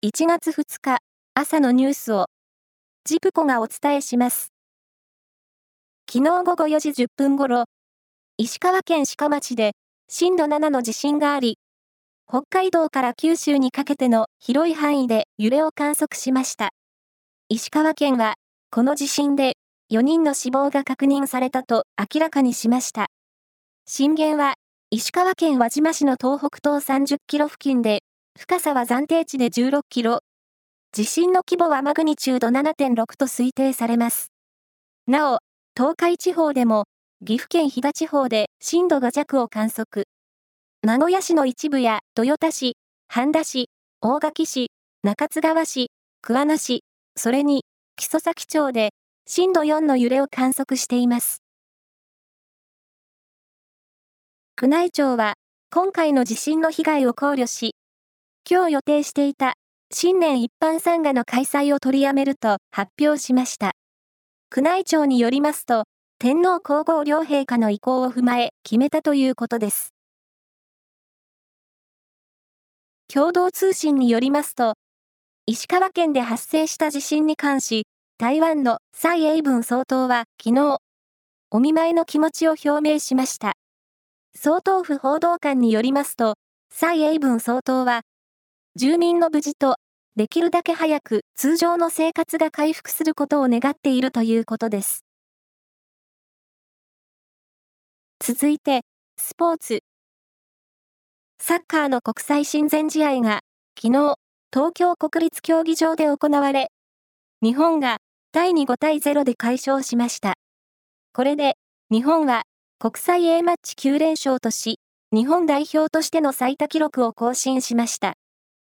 1月2日朝のニュースをジプコがお伝えします。昨日午後4時10分ごろ、石川県志賀町で震度7の地震があり、北海道から九州にかけての広い範囲で揺れを観測しました。石川県はこの地震で4人の死亡が確認されたと明らかにしました。震源は石川県輪島市の東北東30キロ付近で、深さは暫定値で16キロ。地震の規模はマグニチュード 7.6 と推定されます。なお、東海地方でも、岐阜県飛騨地方で震度5弱を観測。名古屋市の一部や豊田市、半田市、大垣市、中津川市、桑名市、それに木曽岬町で震度4の揺れを観測しています。宮内庁は、今回の地震の被害を考慮し、今日予定していた新年一般参賀の開催を取りやめると発表しました。宮内庁によりますと、天皇皇后両陛下の意向を踏まえ決めたということです。共同通信によりますと、石川県で発生した地震に関し、台湾の蔡英文総統は昨日、お見舞いの気持ちを表明しました。総統府報道官によりますと、蔡英文総統は、住民の無事と、できるだけ早く通常の生活が回復することを願っているということです。続いて、スポーツ。サッカーの国際親善試合が、昨日、東京国立競技場で行われ、日本がタイに5対0で快勝しました。これで、日本は国際 A マッチ9連勝とし、日本代表としての最多記録を更新しました。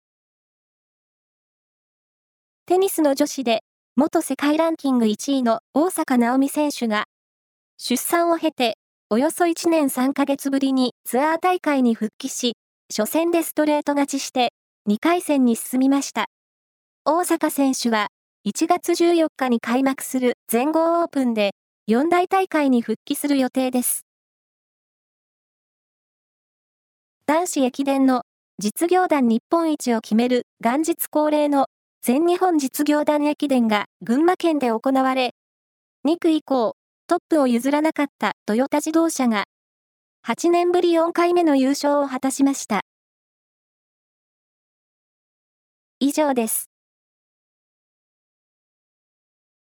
テニスの女子で、元世界ランキング1位の大坂なおみ選手が、出産を経て、およそ1年3ヶ月ぶりにツアー大会に復帰し、初戦でストレート勝ちして、2回戦に進みました。大坂選手は、1月14日に開幕する全豪オープンで、4大大会に復帰する予定です。男子駅伝の実業団日本一を決める元日恒例の全日本実業団駅伝が群馬県で行われ、2区以降、トップを譲らなかったトヨタ自動車が、8年ぶり4回目の優勝を果たしました。以上です。